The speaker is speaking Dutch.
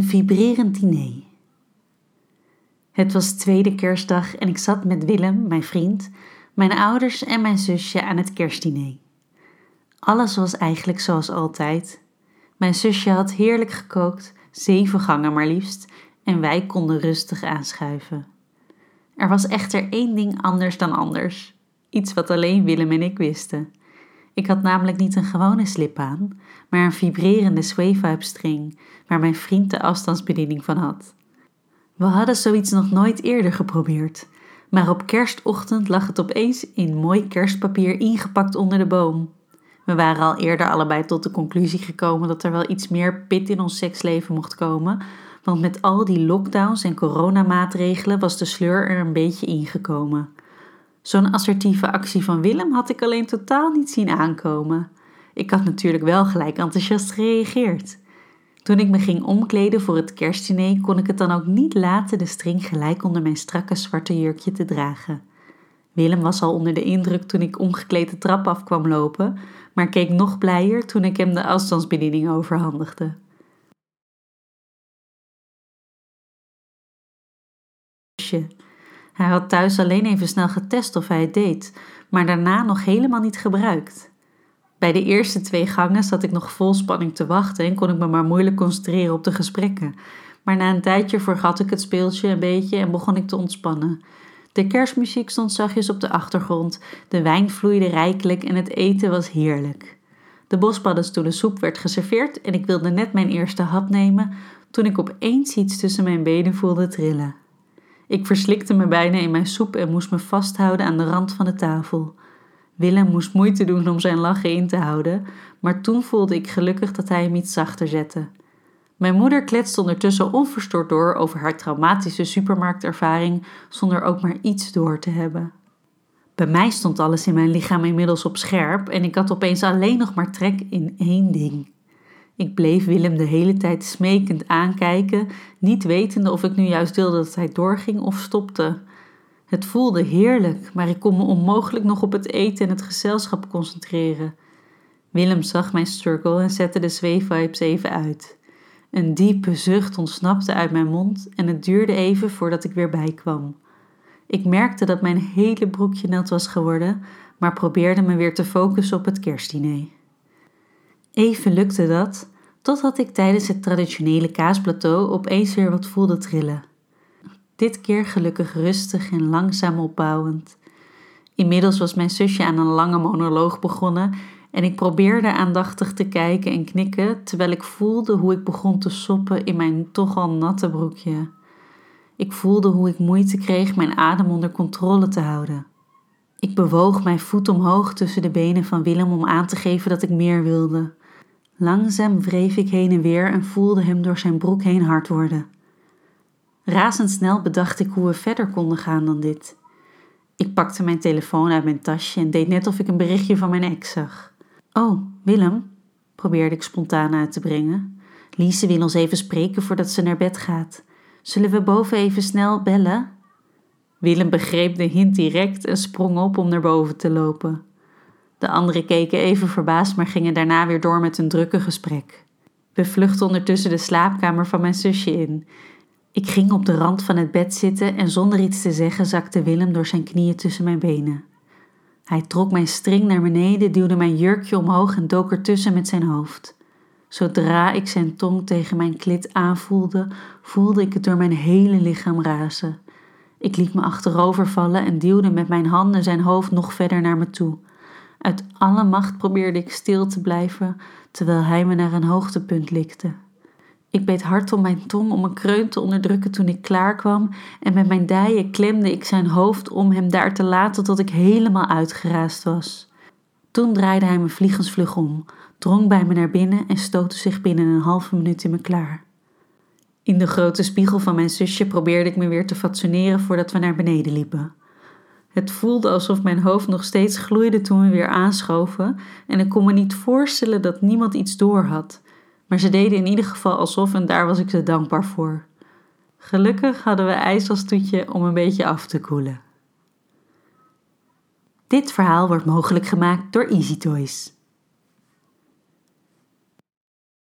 vibrerend diner. Het was tweede kerstdag en ik zat met Willem, mijn vriend, mijn ouders en mijn zusje aan het kerstdiner. Alles was eigenlijk zoals altijd. Mijn zusje had heerlijk gekookt, 7 gangen maar liefst, en wij konden rustig aanschuiven. Er was echter één ding anders dan anders. Iets wat alleen Willem en ik wisten. Ik had namelijk niet een gewone slip aan, maar een vibrerende Sway-Vibe string, waar mijn vriend de afstandsbediening van had. We hadden zoiets nog nooit eerder geprobeerd, maar op kerstochtend lag het opeens in mooi kerstpapier ingepakt onder de boom. We waren al eerder allebei tot de conclusie gekomen dat er wel iets meer pit in ons seksleven mocht komen, want met al die lockdowns en coronamaatregelen was de sleur er een beetje ingekomen. Zo'n assertieve actie van Willem had ik alleen totaal niet zien aankomen. Ik had natuurlijk wel gelijk enthousiast gereageerd. Toen ik me ging omkleden voor het kerstdiner kon ik het dan ook niet laten de string gelijk onder mijn strakke zwarte jurkje te dragen. Willem was al onder de indruk toen ik omgekleed de trap af kwam lopen, maar keek nog blijer toen ik hem de afstandsbediening overhandigde. Hij had thuis alleen even snel getest of hij het deed, maar daarna nog helemaal niet gebruikt. Bij de eerste 2 gangen zat ik nog vol spanning te wachten en kon ik me maar moeilijk concentreren op de gesprekken. Maar na een tijdje vergat ik het speeltje een beetje en begon ik te ontspannen. De kerstmuziek stond zachtjes op de achtergrond, de wijn vloeide rijkelijk en het eten was heerlijk. De bospaddenstoelensoep werd geserveerd en ik wilde net mijn eerste hap nemen toen ik opeens iets tussen mijn benen voelde trillen. Ik verslikte me bijna in mijn soep en moest me vasthouden aan de rand van de tafel. Willem moest moeite doen om zijn lachen in te houden, maar toen voelde ik gelukkig dat hij hem iets zachter zette. Mijn moeder kletste ondertussen onverstoord door over haar traumatische supermarktervaring zonder ook maar iets door te hebben. Bij mij stond alles in mijn lichaam inmiddels op scherp en ik had opeens alleen nog maar trek in één ding. Ik bleef Willem de hele tijd smekend aankijken, niet wetende of ik nu juist wilde dat hij doorging of stopte. Het voelde heerlijk, maar ik kon me onmogelijk nog op het eten en het gezelschap concentreren. Willem zag mijn struggle en zette de Sway-Vibes even uit. Een diepe zucht ontsnapte uit mijn mond en het duurde even voordat ik weer bijkwam. Ik merkte dat mijn hele broekje nat was geworden, maar probeerde me weer te focussen op het kerstdiner. Even lukte dat, totdat ik tijdens het traditionele kaasplateau opeens weer wat voelde trillen. Dit keer gelukkig rustig en langzaam opbouwend. Inmiddels was mijn zusje aan een lange monoloog begonnen en ik probeerde aandachtig te kijken en knikken terwijl ik voelde hoe ik begon te soppen in mijn toch al natte broekje. Ik voelde hoe ik moeite kreeg mijn adem onder controle te houden. Ik bewoog mijn voet omhoog tussen de benen van Willem om aan te geven dat ik meer wilde. Langzaam wreef ik heen en weer en voelde hem door zijn broek heen hard worden. Razendsnel bedacht ik hoe we verder konden gaan dan dit. Ik pakte mijn telefoon uit mijn tasje en deed net of ik een berichtje van mijn ex zag. Oh, Willem, probeerde ik spontaan uit te brengen. Lise wil ons even spreken voordat ze naar bed gaat. Zullen we boven even snel bellen? Willem begreep de hint direct en sprong op om naar boven te lopen. De anderen keken even verbaasd, maar gingen daarna weer door met hun drukke gesprek. We vluchtten ondertussen de slaapkamer van mijn zusje in. Ik ging op de rand van het bed zitten en zonder iets te zeggen zakte Willem door zijn knieën tussen mijn benen. Hij trok mijn string naar beneden, duwde mijn jurkje omhoog en dook ertussen met zijn hoofd. Zodra ik zijn tong tegen mijn klit aanvoelde, voelde ik het door mijn hele lichaam razen. Ik liet me achterover vallen en duwde met mijn handen zijn hoofd nog verder naar me toe. Uit alle macht probeerde ik stil te blijven, terwijl hij me naar een hoogtepunt likte. Ik beet hard op mijn tong om een kreun te onderdrukken toen ik klaar kwam en met mijn dijen klemde ik zijn hoofd om hem daar te laten tot ik helemaal uitgeraasd was. Toen draaide hij me vliegensvlug om, drong bij me naar binnen en stootte zich binnen een halve minuut in me klaar. In de grote spiegel van mijn zusje probeerde ik me weer te fatsoeneren voordat we naar beneden liepen. Het voelde alsof mijn hoofd nog steeds gloeide toen we weer aanschoven en ik kon me niet voorstellen dat niemand iets door had. Maar ze deden in ieder geval alsof en daar was ik ze dankbaar voor. Gelukkig hadden we ijs als toetje om een beetje af te koelen. Dit verhaal wordt mogelijk gemaakt door Easy Toys.